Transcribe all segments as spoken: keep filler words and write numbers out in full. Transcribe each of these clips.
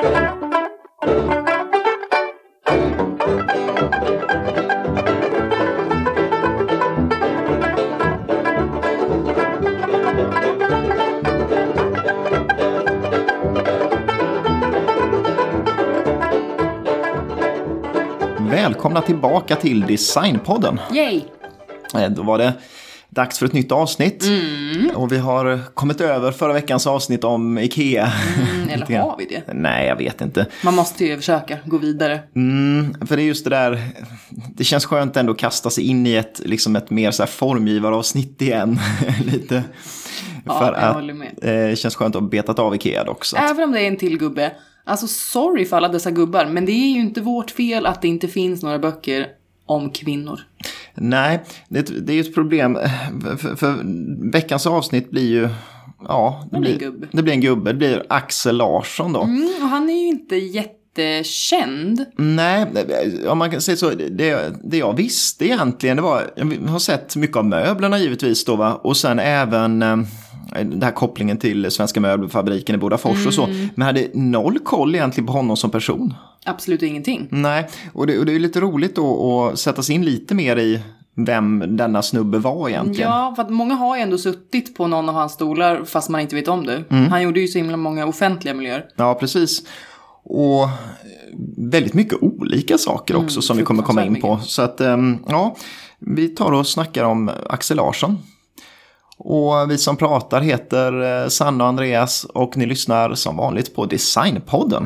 Välkomna tillbaka till Designpodden. Yay! Då var det dags för ett nytt avsnitt. Mm. Och vi har kommit över förra veckans avsnitt om Ikea. Mm, eller har vi det? Nej, jag vet inte. Man måste ju försöka gå vidare. Mm, för det är just det där, det känns skönt ändå att kasta sig in i ett, liksom ett mer så här formgivaravsnitt igen. Lite. Ja, för jag att håller med. det eh, känns skönt att ha betat av Ikea också. Även om det är en till gubbe. Alltså sorry för alla dessa gubbar, men det är ju inte vårt fel att det inte finns några böcker om kvinnor. Nej, det, det är ju ett problem. För, för veckans avsnitt blir ju... Ja, det, det blir, blir, gubbe. det blir en gubbe. Det blir Axel Larsson då. Mm, och han är ju inte jättekänd. Nej, om man kan säga så. Det, det jag visste egentligen, det var... Jag har sett mycket av möblerna givetvis då, va? Och sen även... Den här kopplingen till Svenska möbelfabriken i Bodafors mm. och så. Men hade noll koll egentligen på honom som person. Absolut ingenting. Nej, och det, och det är lite roligt då att sätta sig in lite mer i vem denna snubbe var egentligen. Ja, för att många har ju ändå suttit på någon av hans stolar fast man inte vet om det. Mm. Han gjorde ju så himla många offentliga miljöer. Ja, precis. Och väldigt mycket olika saker också mm, som vi kommer komma in på. Så att, ja, vi tar och snackar om Axel Larsson. Och vi som pratar heter Sanna och Andreas och ni lyssnar som vanligt på Designpodden.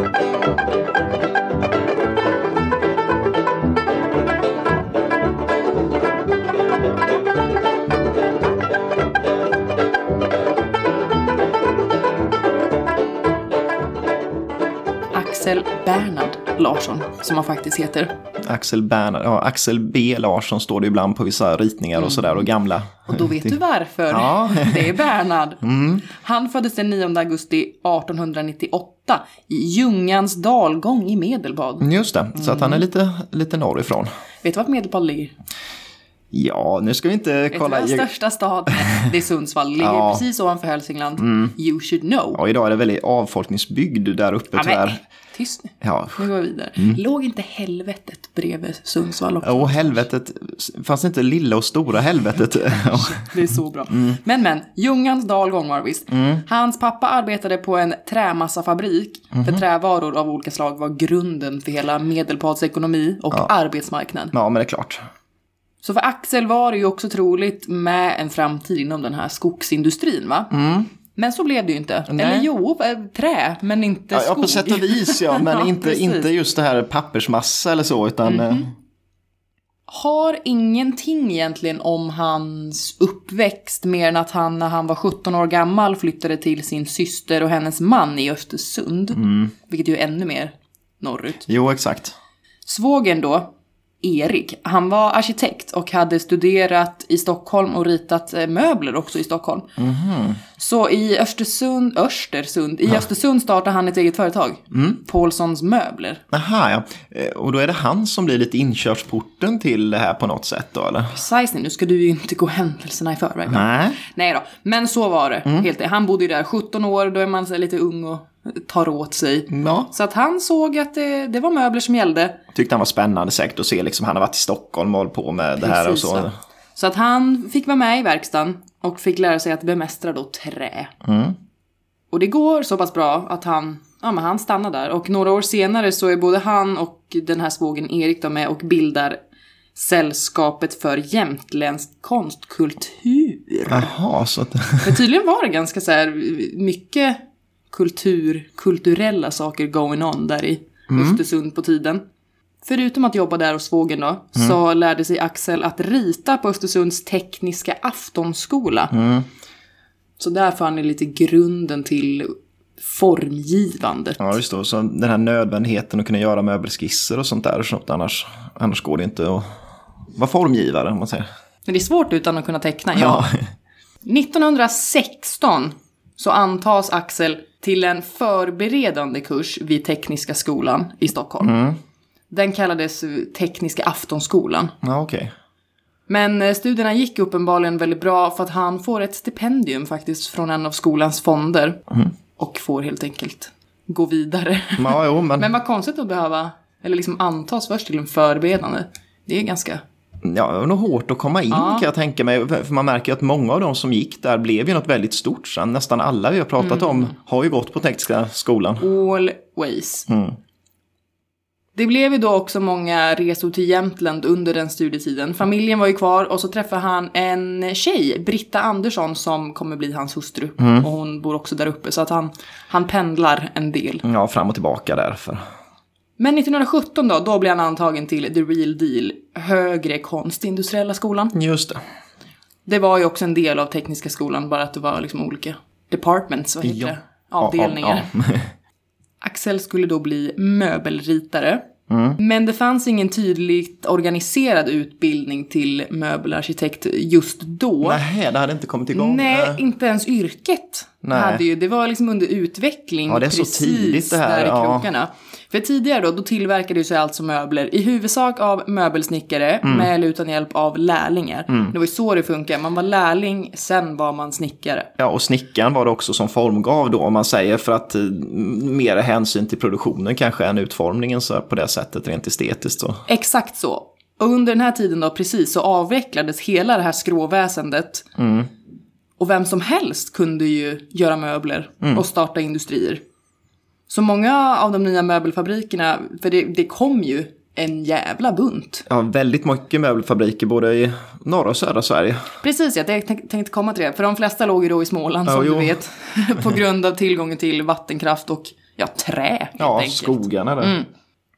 Axel Bernhard Larsson, som han faktiskt heter. Axel Bernhard, ja, Axel B. Larsson står det ibland på vissa ritningar mm. och sådär och gamla. Och då vet du varför. Ja. Det är Bernhard. Mm. Han föddes den nionde augusti artonhundranittioåtta i Ljungans dalgång i Medelpad. Just det, så att han är lite, lite norrifrån. Vet du vart Medelpad ligger? Ja, nu ska vi inte kolla. Vet du vad största stad? Det är Sundsvall. Ligger ja. precis ovanför Hälsingland. Mm. You should know. Ja, idag är det väldigt avfolkningsbygd där uppe ja, tyvärr. Men, tyst nu. Ja. Nu går vi vidare. Mm. Låg inte helvetet bredvid Sundsvall också? Åh, helvetet. Fanns inte lilla och stora helvetet? Det är så bra. Mm. Men, men. Ljungans dalgång var visst. Mm. Hans pappa arbetade på en trämassafabrik. Mm. För trävaror av olika slag var grunden för hela Medelpads ekonomi och ja. arbetsmarknad. Ja, men det är klart. Så för Axel var det ju också troligt med en framtid inom den här skogsindustrin, va? Mm. Men så blev det ju inte. Nej. Eller jo, trä, men inte ja, skog. Ja, på sätt och vis, ja. Men ja, inte, inte just det här pappersmassa eller så, utan... Mm-hmm. Har ingenting egentligen om hans uppväxt mer än att han när han var sjutton år gammal flyttade till sin syster och hennes man i Östersund. Mm. Vilket ju är ännu mer norrut. Jo, exakt. Svågen då, Erik, han var arkitekt och hade studerat i Stockholm och ritat möbler också i Stockholm. Mm-hmm. Så i Östersund, Östersund, i ja. Östersund startade han ett eget företag. Mm. Paulssons möbler. Aha, ja. Och då är det han som blir lite inkörsporten till det här på något sätt då, eller? Precis, nu ska du ju inte gå händelserna i förväg. Nej. Nej då, men så var det. Mm. Helt. Han bodde ju där sjutton år, då är man så lite ung och tar åt sig. Ja. Så att han såg att det, det var möbler som gällde. Tyckte han var spännande säkert att se liksom, han har varit i Stockholm och hållit på med det här och så. Så. Så att han fick vara med i verkstaden och fick lära sig att bemästra då trä. Mm. Och det går så pass bra att han, ja, men han stannar där. Och några år senare så är både han och den här svågen Erik då med och bildar Sällskapet för jämtländsk konstkultur. Jaha, så att... För tydligen var det ganska så här mycket kultur, kulturella saker going on där i mm. Östersund på tiden. Förutom att jobba där hos svågen då, mm. så lärde sig Axel att rita på Östersunds tekniska aftonskola. Mm. Så där får han lite grunden till formgivandet. Ja, just det. Så den här nödvändigheten att kunna göra möbelskisser och sånt där. Sånt, annars, annars går det inte att vara formgivare, om man säger. Men det är svårt utan att kunna teckna, ja. ja. nittonhundrasexton så antas Axel till en förberedande kurs vid Tekniska skolan i Stockholm. Mm. Den kallades Tekniska aftonskolan. Ja, okej. Okay. Men studierna gick uppenbarligen väldigt bra för att han får ett stipendium faktiskt från en av skolans fonder. Mm. Och får helt enkelt gå vidare. Ja, jo, men... men vad konstigt att behöva, eller liksom antas först till en förberedande. Det är ganska... Ja, det var nog hårt att komma in ja. kan jag tänka mig. För man märker att många av de som gick där blev ju något väldigt stort sen. Nästan alla vi har pratat mm. om har ju gått på tekniska skolan. Always. Mm. Det blev ju då också många resor till Jämtland under den studietiden. Familjen var ju kvar och så träffade han en tjej, Britta Andersson, som kommer bli hans hustru. Mm. Och hon bor också där uppe så att han, han pendlar en del. Ja, fram och tillbaka därför. Men nittonhundrasjutton då, då blev han antagen till The Real Deal, högre konstindustriella skolan. Just det. Det var ju också en del av tekniska skolan, bara att det var liksom olika departments, vad heter ja. det? Avdelningar. Ja, ja, ja. Axel skulle då bli möbelritare. Mm. Men det fanns ingen tydligt organiserad utbildning till möbelarkitekt just då. Nej, det hade inte kommit igång. Nej, äh. inte ens yrket. Hade ju, det var liksom under utveckling. Ja, det är så tidigt det här. Där i ja. krokarna. För tidigare då, då tillverkade sig alltså möbler i huvudsak av möbelsnickare mm. med eller utan hjälp av lärlingar. Mm. Det var ju så det funkar. Man var lärling, sen var man snickare. Ja, och snickaren var det också som formgav då, om man säger, för att mer hänsyn till produktionen kanske än utformningen så på det sättet rent estetiskt. Så. Exakt så. Och under den här tiden då precis så avvecklades hela det här skråväsendet. Mm. Och vem som helst kunde ju göra möbler mm. och starta industrier. Så många av de nya möbelfabrikerna, för det, det kom ju en jävla bunt. Ja, väldigt mycket möbelfabriker både i norra och södra Sverige. Precis, jag tänkte komma till det. För de flesta låg ju då i Småland, som oh, du vet. På grund av tillgången till vattenkraft och ja, trä helt ja, enkelt. Skogarna där. Mm.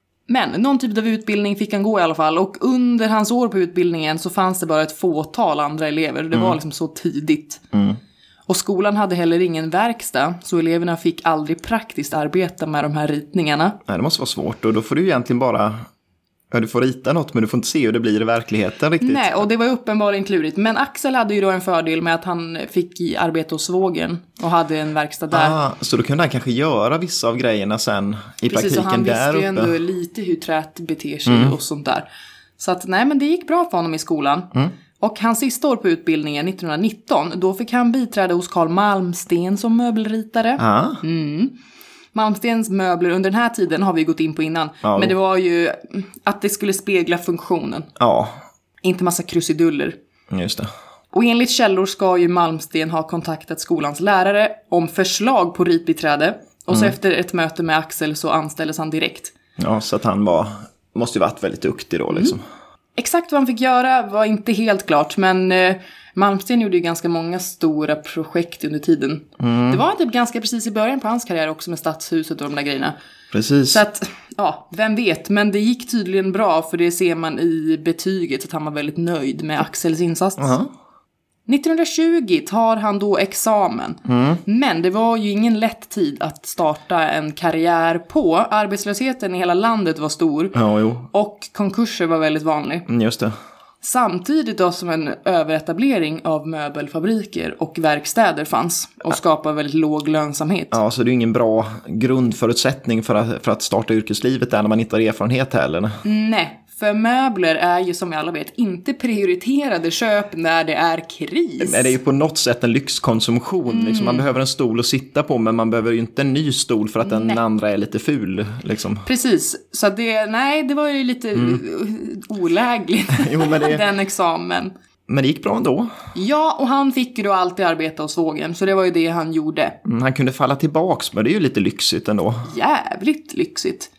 Men någon typ av utbildning fick han gå i alla fall. Och under hans år på utbildningen så fanns det bara ett fåtal andra elever. Det mm. var liksom så tidigt. Mm. Och skolan hade heller ingen verkstad, så eleverna fick aldrig praktiskt arbeta med de här ritningarna. Nej, det måste vara svårt och då får du egentligen bara... Ja, du får rita något men du får inte se hur det blir i verkligheten riktigt. Nej, och det var uppenbarligen klurigt. Men Axel hade ju då en fördel med att han fick i arbete hos svågen och hade en verkstad där. Ah, så då kunde han kanske göra vissa av grejerna sen i Precis, praktiken där uppe. Precis, och han visste ju ändå lite hur trät beter sig mm. och sånt där. Så att nej, men det gick bra för honom i skolan. Mm. Och hans sista år på utbildningen, nittonhundranitton, då fick han biträda hos Carl Malmsten som möbelritare. Ah. Mm. Malmstens möbler under den här tiden har vi gått in på innan. Ja. Men det var ju att det skulle spegla funktionen. Ja. Inte massa krusiduller. Just det. Och enligt källor ska ju Malmsten ha kontaktat skolans lärare om förslag på ritbiträde. Och så mm. efter ett möte med Axel så anställdes han direkt. Ja, så att han var, måste ju varit väldigt duktig då liksom. Mm. Exakt vad han fick göra var inte helt klart, men eh, Malmsten gjorde ju ganska många stora projekt under tiden. Mm. Det var typ ganska precis i början på hans karriär också med Stadshuset och de där grejerna. Precis. Så att, ja, vem vet, men det gick tydligen bra för det ser man i betyget att han var väldigt nöjd med Axels insats. Uh-huh. nittonhundratjugo tar han då examen. Mm. Men det var ju ingen lätt tid att starta en karriär på. Arbetslösheten i hela landet var stor. Ja, jo. Och konkurser var väldigt vanlig. Just det. Samtidigt då som en överetablering av möbelfabriker och verkstäder fanns. Och skapade väldigt låg lönsamhet. Ja, så det är ingen bra grundförutsättning för att, för att starta yrkeslivet där när man inte har erfarenhet heller. Nej. För möbler är ju som alla vet inte prioriterade köp när det är kris. Nej, det är ju på något sätt en lyxkonsumtion. Mm. Liksom, man behöver en stol att sitta på men man behöver ju inte en ny stol för att den nej. andra är lite ful. Liksom. Precis, så det, nej, det var ju lite mm. olägligt jo, men det... den examen. Men det gick bra ändå. Ja, och han fick ju då alltid arbeta hos svågen. Så det var ju det han gjorde. Mm, han kunde falla tillbaks, men det är ju lite lyxigt ändå. Jävligt lyxigt.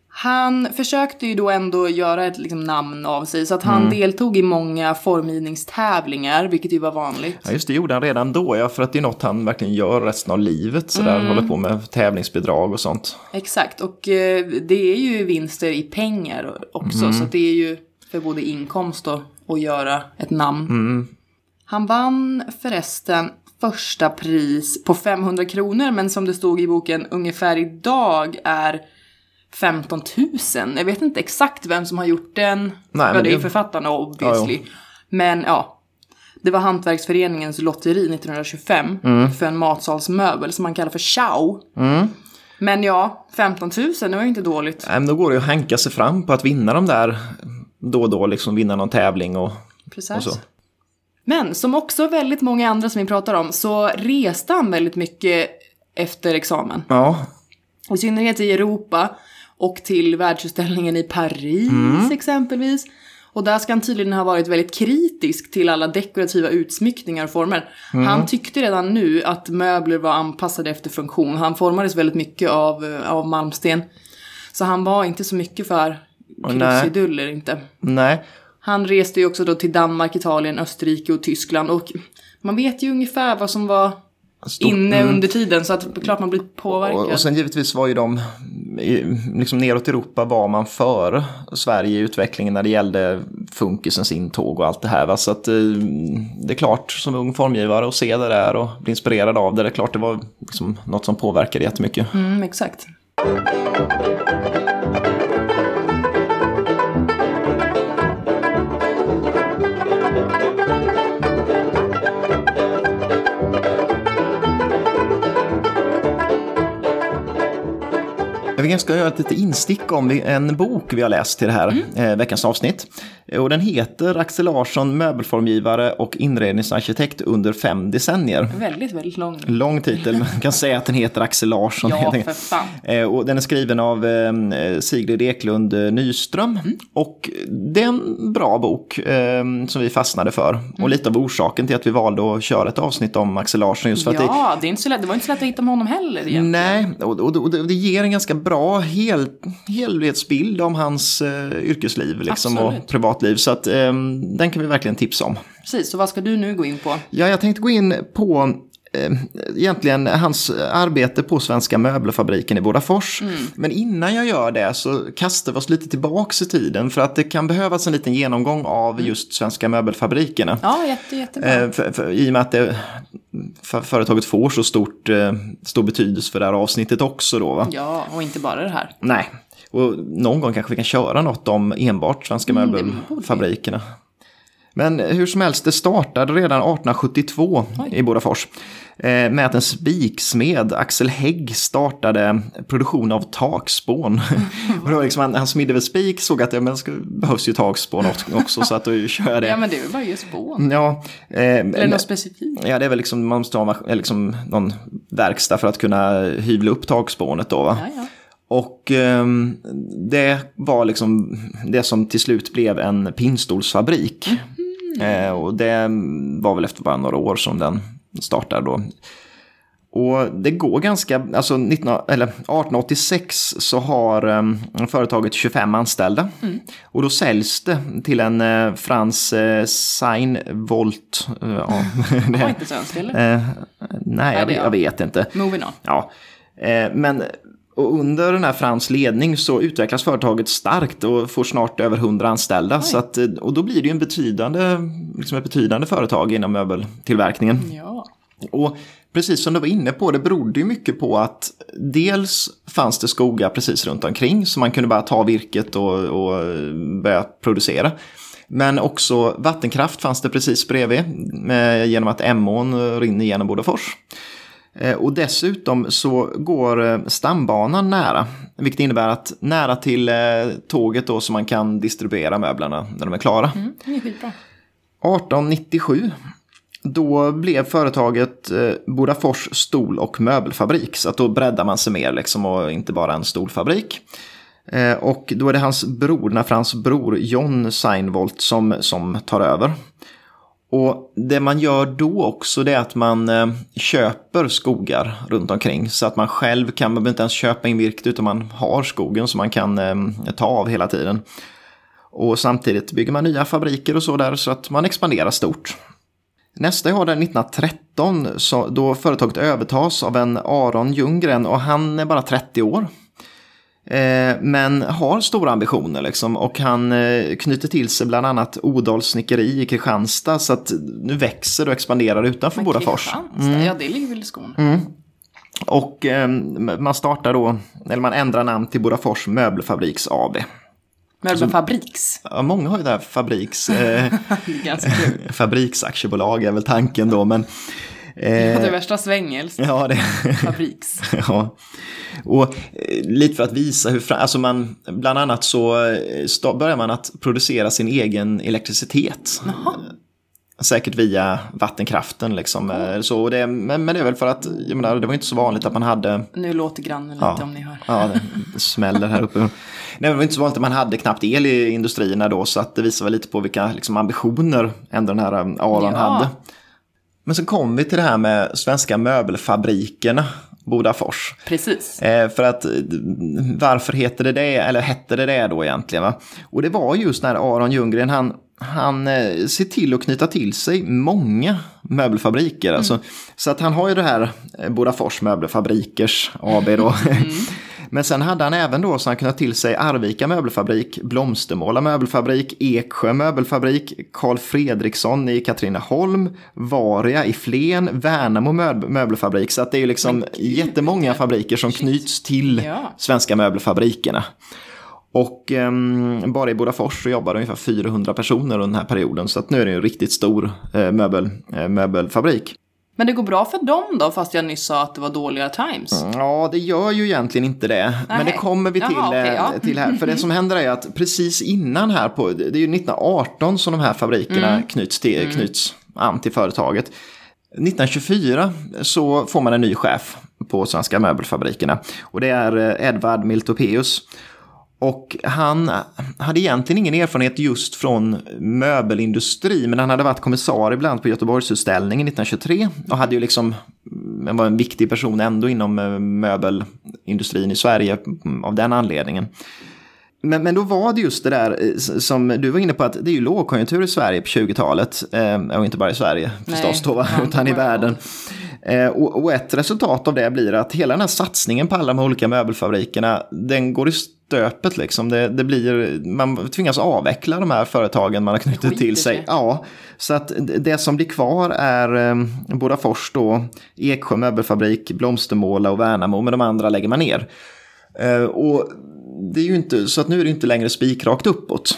Han försökte ju då ändå göra ett liksom, namn av sig. Så att han mm. deltog i många formgivningstävlingar, vilket ju var vanligt. Ja, just det gjorde han redan då. Ja, för att det är något han verkligen gör resten av livet. Så där mm. håller på med tävlingsbidrag och sånt. Exakt, och eh, det är ju vinster i pengar också. Mm. Så att det är ju för både inkomst och att göra ett namn. Mm. Han vann förresten första pris på femhundra kronor. Men som det stod i boken ungefär idag är... femton tusen. Jag vet inte exakt vem som har gjort den. Nej, ja, det är författarna obviously. Ja, men ja, det var Hantverksföreningens lotteri nittonhundratjugofem mm. för en matsalsmöbel som man kallar för chow. Mm. Men ja, femton tusen, det var ju inte dåligt. Nej, men då går det ju att hänka sig fram på att vinna de där då och då, liksom vinna någon tävling och, och så. Men som också väldigt många andra som vi pratar om så reste han väldigt mycket efter examen. Ja. I synnerhet i Europa och till världsutställningen i Paris mm. exempelvis. Och där ska han tydligen ha varit väldigt kritisk till alla dekorativa utsmyckningar och former. Mm. Han tyckte redan nu att möbler var anpassade efter funktion. Han formades väldigt mycket av, av malmsten. Så han var inte så mycket för krusiduller inte. Nej. Han reste ju också då till Danmark, Italien, Österrike och Tyskland. Och man vet ju ungefär vad som var Stort, inne mm. under tiden, så att klart man blir påverkad. Och, och sen givetvis var ju de, liksom neråt Europa var man för Sverige i utvecklingen när det gällde funkisens intåg och allt det här. Va? Så att det är klart som ung formgivare att se det där och bli inspirerad av det. Det är klart det var liksom något som påverkade jättemycket. Mm, exakt. Vi ska göra ett litet instick om en bok vi har läst till det här mm. eh, veckans avsnitt. Och den heter Axel Larsson, möbelformgivare och inredningsarkitekt under fem decennier. Väldigt, väldigt lång. Lång titel. Man kan säga att den heter Axel Larsson. Ja, för fan. Eh, och den är skriven av eh, Sigrid Eklund Nyström. Mm. Och det är en bra bok eh, som vi fastnade för. Mm. Och lite av orsaken till att vi valde att köra ett avsnitt om Axel Larsson. Just för ja, att det, det, är inte så lätt, det var inte så lätt att hitta med honom heller egentligen. Nej, och, och, och det, det ger en ganska bra hel, helhetsbild om hans eh, yrkesliv liksom, och privatliv. Så att, eh, den kan vi verkligen tipsa om. Precis, så vad ska du nu gå in på? Ja, jag tänkte gå in på eh, egentligen hans arbete på Svenska möbelfabriken i Bodafors. Mm. Men innan jag gör det så kastar vi oss lite tillbaks i tiden. För att det kan behövas en liten genomgång av mm. just Svenska möbelfabrikerna. Ja, jätte, jättebra. Eh, för, för, I och med att det, för, företaget får så stort, eh, stor betydelse för det här avsnittet också då, va? Ja, och inte bara det här. Nej. Och någon gång kanske vi kan köra något om enbart Svenska mm, möbelfabrikerna. Men hur som helst, det startade redan arton sjuttiotvå Oj. I Bodafors. Eh, med att en spiksmed, Axel Hägg, startade produktion av takspån. Mm. Och då liksom han, han smidde väl spik, såg att det men, ska, behövs ju takspån också, så att då kör det. Ja, men det är väl bara ju spån. Ja. Eh, Eller något specifikt. Ja, det är väl liksom, man måste ha liksom, någon verkstad för att kunna hyvla upp takspånet då, va? Ja, ja. Och eh, det var liksom det som till slut blev en pinnstolsfabrik. Mm. Eh, och det var väl efter bara några år som den startade då. Och det går ganska, alltså nitton, eller arton åttiosex så har eh, företaget tjugofem anställda. Mm. Och då säljs det till en eh, Frans eh, Seinvolt. Eh, ja, det var inte svenskt, eller? Eh, nej, jag, jag vet inte. Moving on. Ja, eh, men... Och under den här Frans ledning så utvecklas företaget starkt och får snart över hundra anställda. Så att, och då blir det ju en betydande, liksom ett betydande företag inom möbeltillverkningen. Ja. Och precis som du var inne på, det berodde ju mycket på att dels fanns det skogar precis runt omkring så man kunde bara ta virket och, och börja producera. Men också vattenkraft fanns det precis bredvid med, genom att Emån rinner genom Bodafors. Och dessutom så går stambanan nära, vilket innebär att nära till tåget då så man kan distribuera möblerna när de är klara. Mm, det är skitbra. arton nittiosju, då blev företaget Bodafors stol- och möbelfabrik, så att då breddar man sig mer liksom och inte bara en stolfabrik. Och då är det hans bror, Frans bror John Seinvolt som, som tar över. Och det man gör då också det är att man eh, köper skogar runt omkring. Så att man själv kan, man behöver inte ens köpa in virket utan man har skogen som man kan eh, ta av hela tiden. Och samtidigt bygger man nya fabriker och så där så att man expanderar stort. Nästa år är nittonhundratretton så, då företaget övertas av en Aron Ljunggren och han är bara trettio år. Eh, men har stora ambitioner liksom, och han eh, knyter till sig bland annat Odals snickeri i Kristianstad så att nu växer och expanderar utanför men Bodafors. Mm. Ja, det ligger väl i Skåne. Mm. Och eh, man startar då, eller man ändrar namn till Bodafors Möbelfabriks A B. Möbelfabriks? Ja, många har ju där fabriks. Eh, Ganska kul. Fabriksaktiebolag är väl tanken då, men Eh, ja, det värsta svängels. Ja, det. Fabriks. Ja. Och eh, lite för att visa hur, alltså man, bland annat så sta, börjar man att producera sin egen elektricitet. Jaha. Säkert via vattenkraften liksom. Mm. Så det, men, men det är väl för att, jag menar, det var inte så vanligt att man hade... Nu låter grannen lite ja, om ni hör. Ja, det, det smäller här uppe. Nej, det var inte så vanligt att man hade knappt el i industrierna då, så att det visar väl lite på vilka liksom, ambitioner ändå den här Aron ja. hade. Men så kom vi till det här med svenska möbelfabrikerna, Bodafors. Precis. Eh, för att varför heter det det, eller hette det det då egentligen va? Och det var just när Aron Ljunggren, han, han eh, ser till att knyta till sig många möbelfabriker. Mm. Alltså, så att han har ju det här eh, Bodafors möbelfabrikers A B då. Mm. Men sen hade han även då så han kunnat till sig Arvika möbelfabrik, Blomstermåla möbelfabrik, Eksjö möbelfabrik, Carl Fredriksson i Katrineholm, Varia i Flen, Värnamo möbelfabrik. Så att det är ju liksom jättemånga fabriker som knyts till ja. svenska möbelfabrikerna. Och um, bara i Bodafors så jobbar ungefär fyrahundra personer under den här perioden. Så att nu är det en riktigt stor uh, möbel, uh, möbelfabrik. Men det går bra för dem då, fast jag nyss sa att det var dåliga times? Ja, det gör ju egentligen inte det. Nej. Men det kommer vi till, Jaha, okay, ja. till här. För det som händer är att precis innan här, på, det är ju nittonhundraarton som de här fabrikerna mm. knyts, till, mm. knyts an till företaget. nittonhundratjugofyra så får man en ny chef på svenska möbelfabrikerna. Och det är Edvard Miltopeus. Och han hade egentligen ingen erfarenhet just från möbelindustri, men han hade varit kommissarie ibland på Göteborgsutställningen nittonhundratjugotre och hade ju liksom, han var en viktig person ändå inom möbelindustrin i Sverige av den anledningen. Men, men då var det just det där som du var inne på, att det är ju lågkonjunktur i Sverige på tjugotalet, och inte bara i Sverige förstås då, va? Utan i världen. Och, och ett resultat av det blir att hela den här satsningen på alla de olika möbelfabrikerna, den går i stöpet liksom. Det, det blir, man tvingas avveckla de här företagen man har knutit till sig. Ja, så att det som blir kvar är eh, Bodafors då, Eksjö möbelfabrik, Blomstermåla och Värnamo, men de andra lägger man ner. Eh, och det är ju inte, så att nu är det inte längre spikrakt uppåt.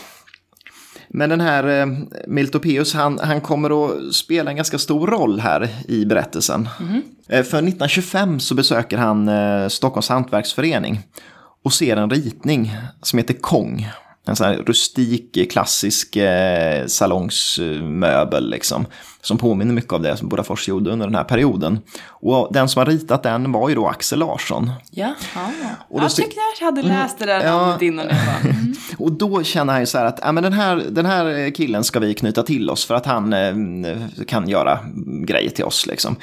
Men den här eh, Miltopeus, han, han kommer att spela en ganska stor roll här i berättelsen. Mm. Eh, för nittonhundratjugofem så besöker han eh, Stockholms hantverksförening och ser en ritning som heter Kong. En sån här rustik, klassisk eh, salongsmöbel liksom. Som påminner mycket av det som Bodafors gjorde under den här perioden. Och den som har ritat den var ju då Axel Larsson. Ja, ja. Och jag tyckte jag hade läst det där mm, namnet ja. innan. Mm. Och då känner han ju så här att ja, men den, här, den här killen ska vi knyta till oss för att han eh, kan göra grejer till oss liksom.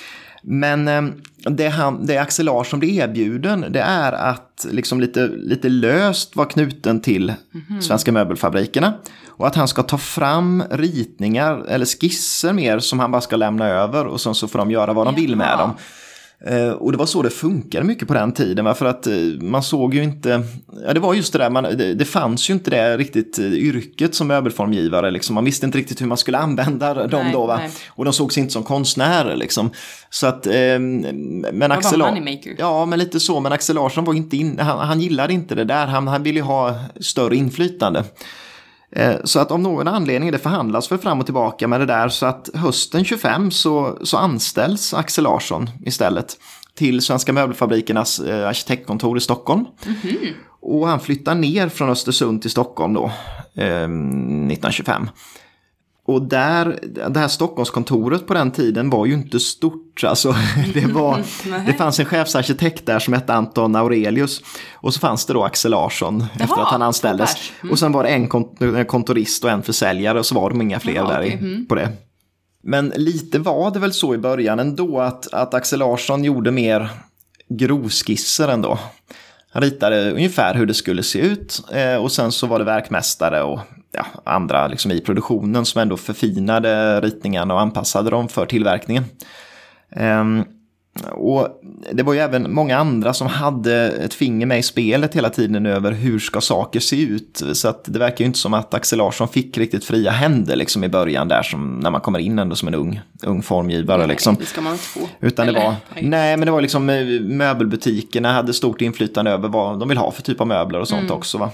Men eh, det, han, det Axel Larsson blir erbjuden, det är att liksom lite, lite löst vara knuten till mm-hmm. svenska möbelfabrikerna. Och att han ska ta fram ritningar eller skisser mer som han bara ska lämna över. Och sen så får de göra vad de vill med dem. Uh, och det var så det funkade mycket på den tiden. Va? För att uh, man såg ju inte... Ja, det var just det där. Man, det, det fanns ju inte det riktigt uh, yrket som möbelformgivare. Liksom. Man visste inte riktigt hur man skulle använda nej, dem då. Va? Nej. Och de sågs inte som konstnärer. Liksom. Så att... Uh, men Axel moneymaker. Ja, men lite så. Men Axel Larsson var inte in, han, han gillade inte det där. Han, han ville ju ha större inflytande. Så att om någon anledning det förhandlas för fram och tillbaka med det där, så att hösten tjugofem så, så anställs Axel Larsson istället till Svenska möbelfabrikernas eh, arkitektkontor i Stockholm. Mm-hmm. Och han flyttar ner från Östersund till Stockholm då eh, nittonhundratjugofem. Och där, det här Stockholmskontoret på den tiden var ju inte stort. Alltså, det, var, det fanns en chefsarkitekt där som hette Anton Aurelius. Och så fanns det då Axel Larsson Jaha, efter att han anställdes. Mm. Och sen var det en kont- kontorist och en försäljare. Och så var de inga fler Jaha, där okay. mm. på det. Men lite var det väl så i början ändå att, att Axel Larsson gjorde mer grovskisser ändå. Han ritade ungefär hur det skulle se ut. Eh, och sen så var det verkmästare och ja, andra liksom i produktionen som ändå förfinade ritningarna och anpassade dem för tillverkningen. Um, och det var ju även många andra som hade ett finger med i spelet hela tiden över hur ska saker se ut. Så att det verkar ju inte som att Axel Larsson fick riktigt fria händer liksom i början där, som när man kommer in ändå som en ung, ung formgivare. Nej, liksom. Det ska man inte få. Utan Eller, det var, nej. nej, men det var liksom möbelbutikerna hade stort inflytande över vad de vill ha för typ av möbler och sånt mm. också, va?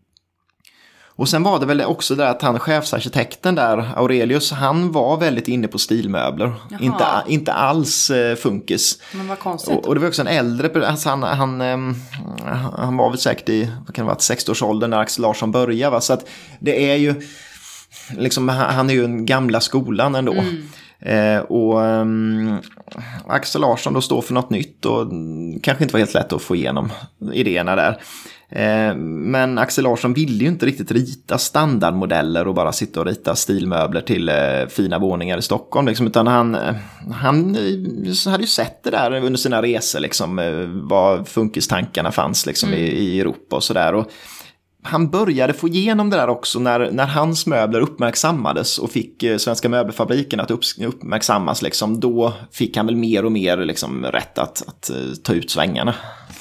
Och sen var det väl också där att han, chefsarkitekten där, Aurelius, han var väldigt inne på stilmöbler. Inte, inte alls eh, funkis. Men vad konstigt. Och, och det var också en äldre, alltså han, han, eh, han var väl säkert i, vad kan det vara, sextioårsåldern när Axel Larsson började. Va? Så att det är ju, liksom, han är ju en gamla skolan ändå. Mm. Eh, och um, Axel Larsson då står för något nytt och kanske inte var helt lätt att få igenom idéerna där. Eh, men Axel Larsson ville ju inte riktigt rita standardmodeller och bara sitta och rita stilmöbler till eh, fina våningar i Stockholm. Liksom, utan han, han hade ju sett det där under sina resor, liksom, eh, vad funkistankarna fanns liksom, mm. i, i Europa och sådär. Och han började få igenom det där också när, när hans möbler uppmärksammades och fick eh, Svenska Möbelfabriken att upp, uppmärksammas. Liksom, då fick han väl mer och mer liksom, rätt att, att uh, ta ut svängarna.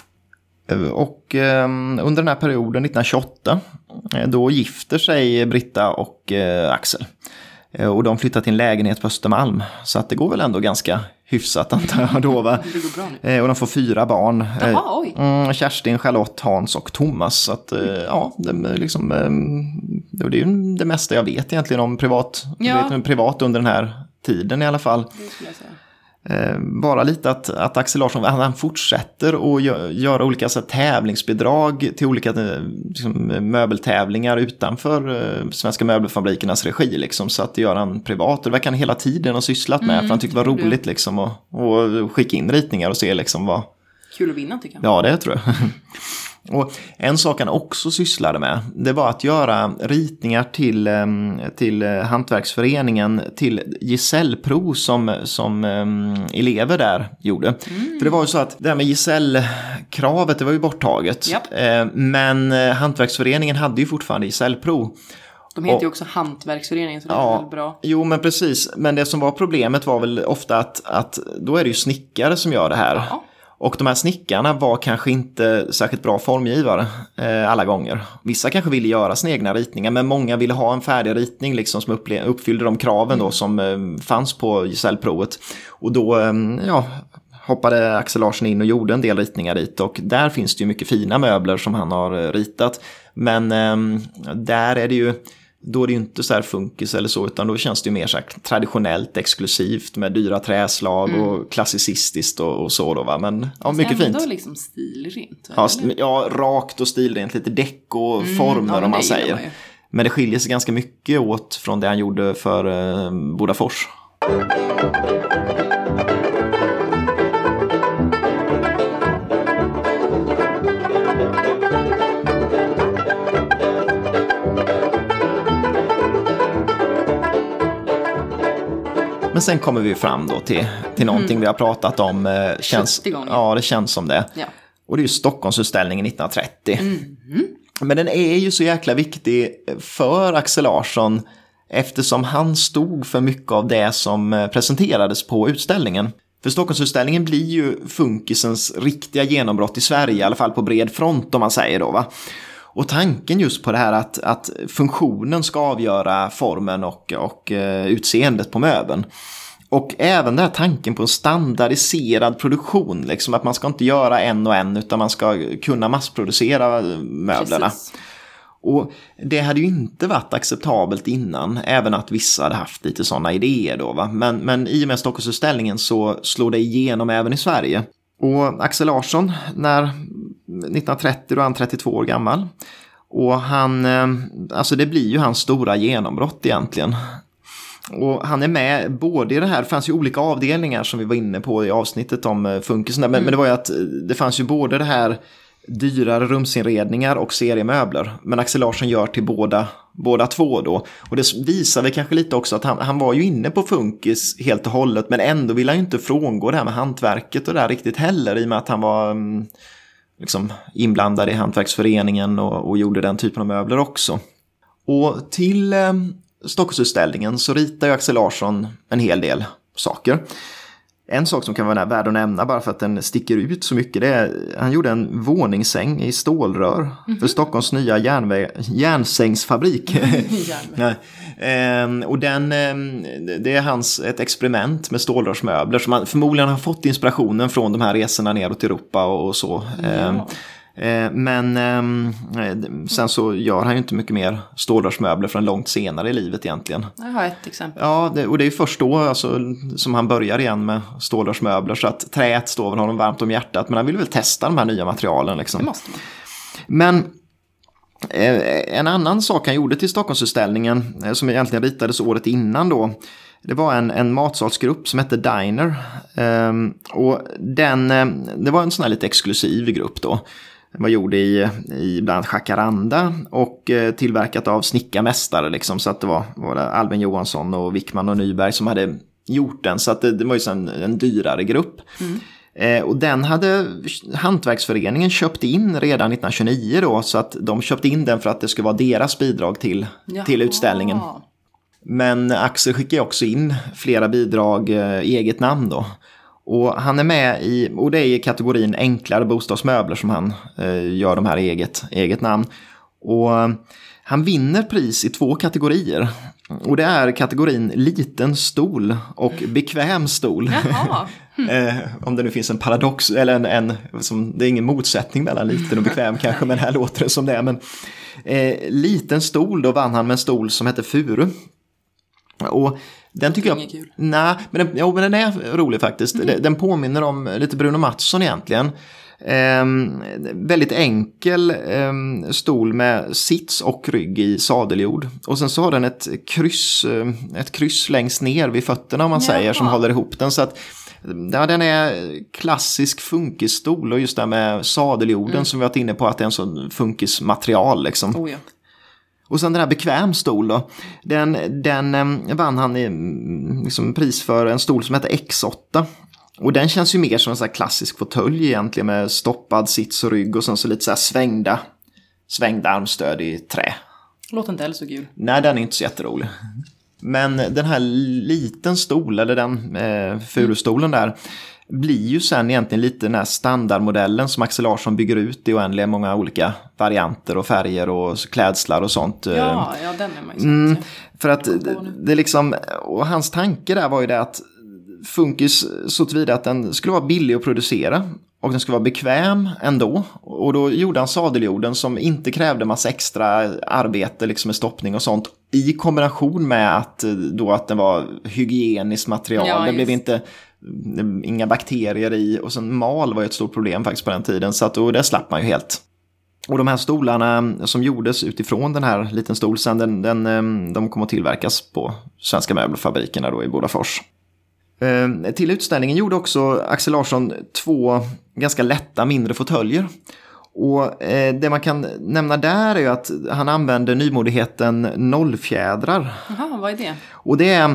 Och eh, under den här perioden nittonhundratjugoåtta eh, då gifter sig Britta och eh, Axel. Eh, och de flyttar till en lägenhet på Östermalm. Så att det går väl ändå ganska hyfsat antar jag då, va? Det går bra nu. Eh, och de får fyra barn. Jaha, oj. Eh, Kerstin, Charlotte, Hans och Thomas. Så att eh, ja, det, liksom, eh, det är ju det mesta jag vet egentligen om privat, ja. vet, privat under den här tiden i alla fall. Det skulle jag säga. Eh, bara lite att, att Axel Larsson han, han fortsätter att gö, göra olika så här, tävlingsbidrag till olika liksom, möbeltävlingar utanför eh, Svenska Möbelfabrikernas regi. Liksom, så att det gör han privat. Det verkar han hela tiden ha sysslat med. Mm, för han tyckte det var roligt liksom, att och skicka in ritningar och se liksom, vad... Kul att vinna tycker jag. Ja, det tror jag. Och en sak han också sysslade med, det var att göra ritningar till, till Hantverksföreningen, till gesällprov som, som um, elever där gjorde. Mm. För det var ju så att det här med gesällkravet, det var ju borttaget. Japp. Men Hantverksföreningen hade ju fortfarande gesällprov. De heter och, ju också Hantverksföreningen, så det ja, är väl bra. Jo, men precis. Men det som var problemet var väl ofta att, att då är det ju snickare som gör det här. Ja. Och de här snickarna var kanske inte särskilt bra formgivare eh, alla gånger. Vissa kanske ville göra sina egna ritningar, men många ville ha en färdig ritning liksom, som upple- uppfyllde de kraven mm. då, som eh, fanns på gesällprovet. Och då eh, ja, hoppade Axel Larsson in och gjorde en del ritningar dit. Och där finns det ju mycket fina möbler som han har eh, ritat. Men eh, där är det ju... Då är det ju inte så här funkis eller så, utan då känns det ju mer så här traditionellt exklusivt med dyra träslag mm. och klassicistiskt och, och så då, va. Men ja, mycket fint. Ändå liksom stilrent. Ja, st- ja, rakt och stilrent, lite däck och mm, former ja, om man säger. Man men det skiljer sig ganska mycket åt från det han gjorde för eh, Bodafors. Men sen kommer vi fram då till, till någonting mm. vi har pratat om. Eh, känns, ja, det känns som det. Ja. Och det är ju Stockholmsutställningen nittonhundratrettio. Mm. Men den är ju så jäkla viktig för Axel Larsson eftersom han stod för mycket av det som presenterades på utställningen. För Stockholmsutställningen blir ju funkisens riktiga genombrott i Sverige, i alla fall på bred front om man säger då, va. Och tanken just på det här att, att funktionen ska avgöra formen och, och uh, utseendet på möbeln. Och även den här tanken på en standardiserad produktion. Liksom att man ska inte göra en och en utan man ska kunna massproducera möblerna. Precis. Och det hade ju inte varit acceptabelt innan. Även att vissa hade haft lite sådana idéer då, va? Men, men i och med Stockholmsutställningen så slår det igenom även i Sverige. Och Axel Larsson, när nittonhundratrettio då är han trettiotvå år gammal. Och han, alltså det blir ju hans stora genombrott egentligen. Och han är med både i det här, det fanns ju olika avdelningar som vi var inne på i avsnittet om funkisen. Men, mm. men det var ju att det fanns ju både det här dyrare rumsinredningar och seriemöbler. Men Axel Larsson gör till båda, båda två då. Och det visar väl kanske lite också att han, han var ju inne på funkis helt och hållet. Men ändå vill han ju inte frångå det här med hantverket och det där riktigt heller. I och med att han var liksom inblandad i Hantverksföreningen och, och gjorde den typen av möbler också. Och till eh, Stockholmsutställningen så ritar ju Axel Larsson en hel del saker. En sak som kan vara värd att nämna bara för att den sticker ut så mycket, det är han gjorde en våningssäng i stålrör mm-hmm. för Stockholms nya järnvä- järnsängsfabrik. Nej. ehm, och den, det är hans ett experiment med stålrörsmöbler som han förmodligen har fått inspirationen från de här resorna neråt Europa och, och så. Ehm, ja. Men eh, sen så gör han ju inte mycket mer stålrörsmöbler förrän långt senare i livet egentligen. Jag har ett exempel. Ja, det, och det är först då alltså, som han börjar igen med stålrörsmöbler. Så att träet står väl honom varmt om hjärtat. Men han vill väl testa de här nya materialen liksom. Det måste man. Men En annan sak han gjorde till Stockholmsutställningen, som egentligen ritades året innan då, det var en, en matsalsgrupp som hette Diner. Um, och den, det var en sån här lite exklusiv grupp då. Den var gjord i, i bland annat Jacaranda och eh, tillverkat av snickarmästare liksom. Så att det var, var det Albin Johansson och Wickman och Nyberg som hade gjort den. Så att det, det var ju en, en dyrare grupp. Mm. Eh, och den hade Hantverksföreningen köpt in redan nittonhundratjugonio då. Så att de köpte in den för att det skulle vara deras bidrag till, till utställningen. Men Axel skickade också in flera bidrag eh, eget namn då. Och han är med i, och det är i kategorin enklare bostadsmöbler som han eh, gör de här eget, eget namn. Och eh, han vinner pris i två kategorier. Och det är kategorin liten stol och bekväm stol. eh, om det nu finns en paradox, eller en, en som, det är ingen motsättning mellan liten och bekväm kanske, men här låter det som det är. Men eh, liten stol, då vann han med en stol som heter Furu. Och den tycker jag... Kul. Nej, men den, ja, men den är rolig faktiskt. Mm. Den påminner om lite Bruno Mattsson egentligen. Ehm, väldigt enkel ehm, stol med sits och rygg i sadeljord. Och sen så har den ett kryss, ett kryss längst ner vid fötterna om man Jaha. säger, som håller ihop den. Så att ja, den är klassisk funkisstol, och just det med sadeljorden mm. som vi har varit inne på, att det är en sån funkismaterial liksom. Oh ja. Och sen den här bekväm stol då, den, den eh, vann han i liksom, pris för en stol som heter X åtta. Och den känns ju mer som en sån här klassisk fåtölj egentligen, med stoppad sits och rygg och sen så lite så här svängda, svängda armstöd i trä. Låter inte heller så kul. Nej, den är inte så jätterolig. Men den här liten stol, eller den eh, furustolen där, blir ju sen egentligen lite den här standardmodellen som Axel Larsson bygger ut i oändliga många olika varianter och färger och klädslar och sånt. Ja, ja den är man ju mm, För att det, det liksom, och hans tanke där var ju det att funkis så tillvida att den skulle vara billig att producera och den skulle vara bekväm ändå. Och då gjorde han sadeljorden som inte krävde massa extra arbete liksom med stoppning och sånt, i kombination med att, då att den var hygieniskt material. Ja, det blev inte inga bakterier i, och sen mal var ju ett stort problem faktiskt på den tiden, så att då, det slapp man ju helt. Och de här stolarna som gjordes utifrån den här liten stol sen, den, den, de kommer att tillverkas på Svenska Möbelfabrikerna då i Bodafors. Eh, till utställningen gjorde också Axel Larsson två ganska lätta mindre fåtöljer. Och eh, det man kan nämna där är ju att han använde nymodigheten nollfjädrar. Jaha, vad är det? Och det är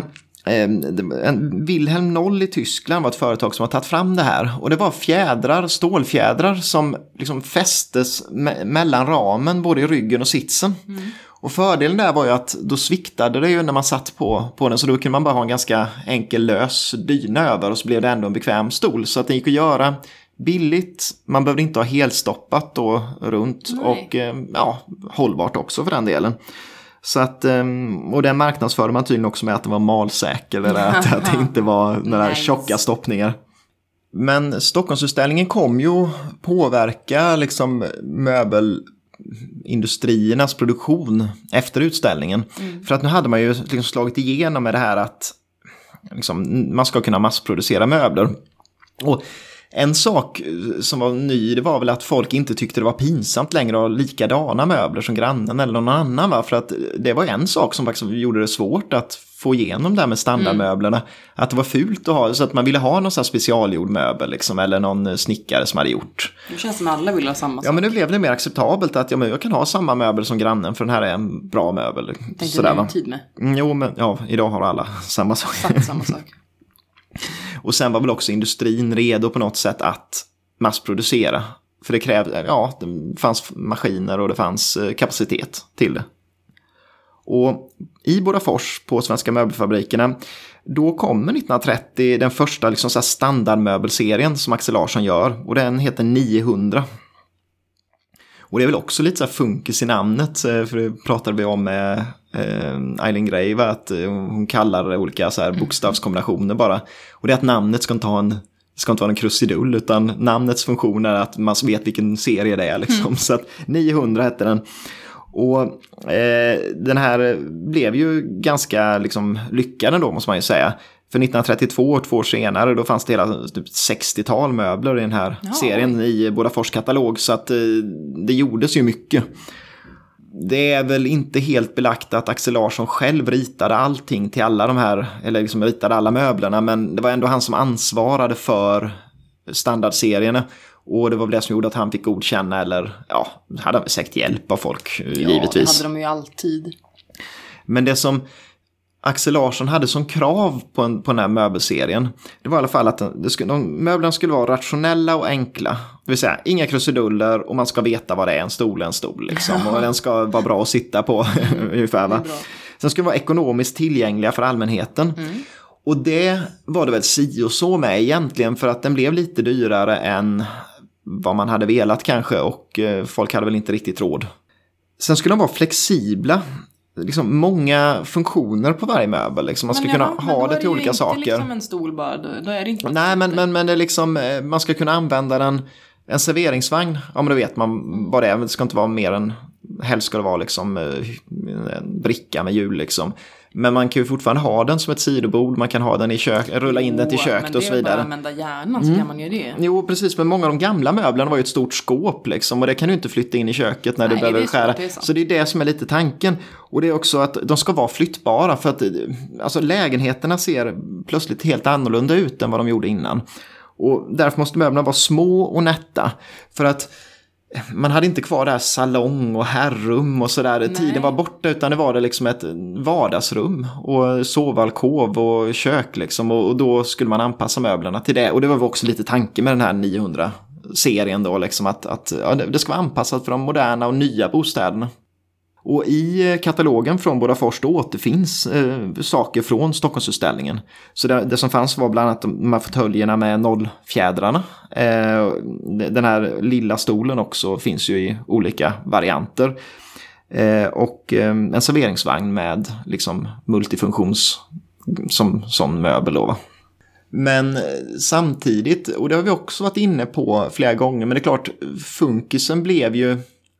en Wilhelm Noll i Tyskland var ett företag som har tagit fram det här, och det var fjädrar, stålfjädrar som liksom fästes me- mellan ramen både i ryggen och sitsen. Mm. Och fördelen där var ju att då sviktade det ju när man satt på, på den, så då kunde man bara ha en ganska enkel lös dyna över, och så blev det ändå en bekväm stol, så att det gick att göra billigt, man behövde inte ha helstoppat då runt. Nej. Och ja, hållbart också för den delen. Så att, och den marknadsförde man tydligen också med att det var malsäker, eller att, att det inte var några nice. tjocka stoppningar. Men Stockholmsutställningen kom ju påverka liksom möbelindustriernas produktion efter utställningen. Mm. För att nu hade man ju liksom slagit igenom med det här att liksom, man ska kunna massproducera möbler. Och en sak som var ny, det var väl att folk inte tyckte det var pinsamt längre att ha likadana möbler som grannen eller någon annan. Va? För att det var en sak som faktiskt gjorde det svårt att få igenom det här med standardmöblerna. Mm. Att det var fult att ha, så att man ville ha någon sån här specialgjord möbel liksom, eller någon snickare som hade gjort. Det känns som alla ville ha samma sak. Ja, men nu blev det mer acceptabelt att ja, men jag kan ha samma möbel som grannen, för den här är en bra möbel. Tänkte sådär, du tid med? Mm, jo, men ja, idag har alla samma sak. Exakt samma sak. Och sen var väl också industrin redo på något sätt att massproducera. För det krävde, ja, det fanns maskiner och det fanns kapacitet till det. Och i Bodafors på Svenska Möbelfabrikerna, då kommer nittonhundratrettio den första liksom så här standardmöbelserien som Axel Larsson gör. Och den heter niohundra. Och det är väl också lite så här funkis i namnet, för det pratade vi om med Eileen Gray, att hon kallar olika så här bokstavskombinationer bara. Och det är att namnet ska inte ha en, ska inte vara en krusidull, utan namnets funktion är att man vet vilken serie det är liksom. Mm. Så att niohundra hette den. Och eh, den här blev ju ganska liksom lyckad då, måste man ju säga. För nittonhundratrettiotvå, två år senare, då fanns det hela typ sextiotal möbler i den här ja. serien i Bodafors katalog. Så att eh, det gjordes ju mycket. det är väl inte helt belagt att Axel Larsson själv ritade allting till alla de här, eller liksom ritade alla möblerna, men det var ändå han som ansvarade för standardserierna. Och det var väl det som gjorde att han fick godkänna, eller ja, hade han säkert hjälp av folk, ja, givetvis. Ja, det hade de ju alltid. Men det som Axel Larsson hade som krav på, en, på den här möbelserien, det var i alla fall att det skulle, de, möblerna skulle vara rationella och enkla. Det vill säga, inga krusiduller, och man ska veta vad det är, en stol en stol liksom. Och den ska vara bra att sitta på ungefär, va? Sen skulle det vara ekonomiskt tillgängliga för allmänheten. Mm. Och det var det väl si och så med egentligen, för att den blev lite dyrare än vad man hade velat kanske, och folk hade väl inte riktigt råd. Sen skulle de vara flexibla. Liksom många funktioner på varje möbel. Liksom. Man ska men, kunna ja, ha det till olika inte saker. Liksom en stol bara, då, då är det inte. Nej, men, men, men det är liksom, man ska kunna använda den, en serveringsvagn. Ja, men då vet man vad det är. Det ska inte vara mer än, helst ska det vara liksom en bricka med hjul liksom. Men man kan ju fortfarande ha den som ett sidobord. Man kan ha den i kök, rulla in jo, den till köket och så vidare. Men det är bara att använda hjärnan så mm. kan man ju det. Jo, precis. Men många av de gamla möblerna var ju ett stort skåp liksom. Och det kan du inte flytta in i köket när Nej, du behöver det skära. Det så det är det som är lite tanken. Och det är också att de ska vara flyttbara. För att alltså, lägenheterna ser plötsligt helt annorlunda ut än vad de gjorde innan. Och därför måste möblerna vara små och nätta. För att man hade inte kvar det här salong och herrum och sådär. Tiden var borta, utan det var det liksom ett vardagsrum och sovalkov och kök liksom. Och, och då skulle man anpassa möblerna till det. Och det var också lite tanke med den här niohundra-serien då liksom. Att, att ja, det ska vara anpassat för de moderna och nya bostäderna. Och i katalogen från Bodafors då återfinns eh, saker från Stockholmsutställningen. Så det, det som fanns var bland annat de här fåtöljerna med nollfjädrarna. Eh, den här lilla stolen också finns ju i olika varianter. Eh, och eh, en serveringsvagn med liksom multifunktions som, som möbel då, va? Men samtidigt, och det har vi också varit inne på flera gånger, men det är klart, funkisen blev ju,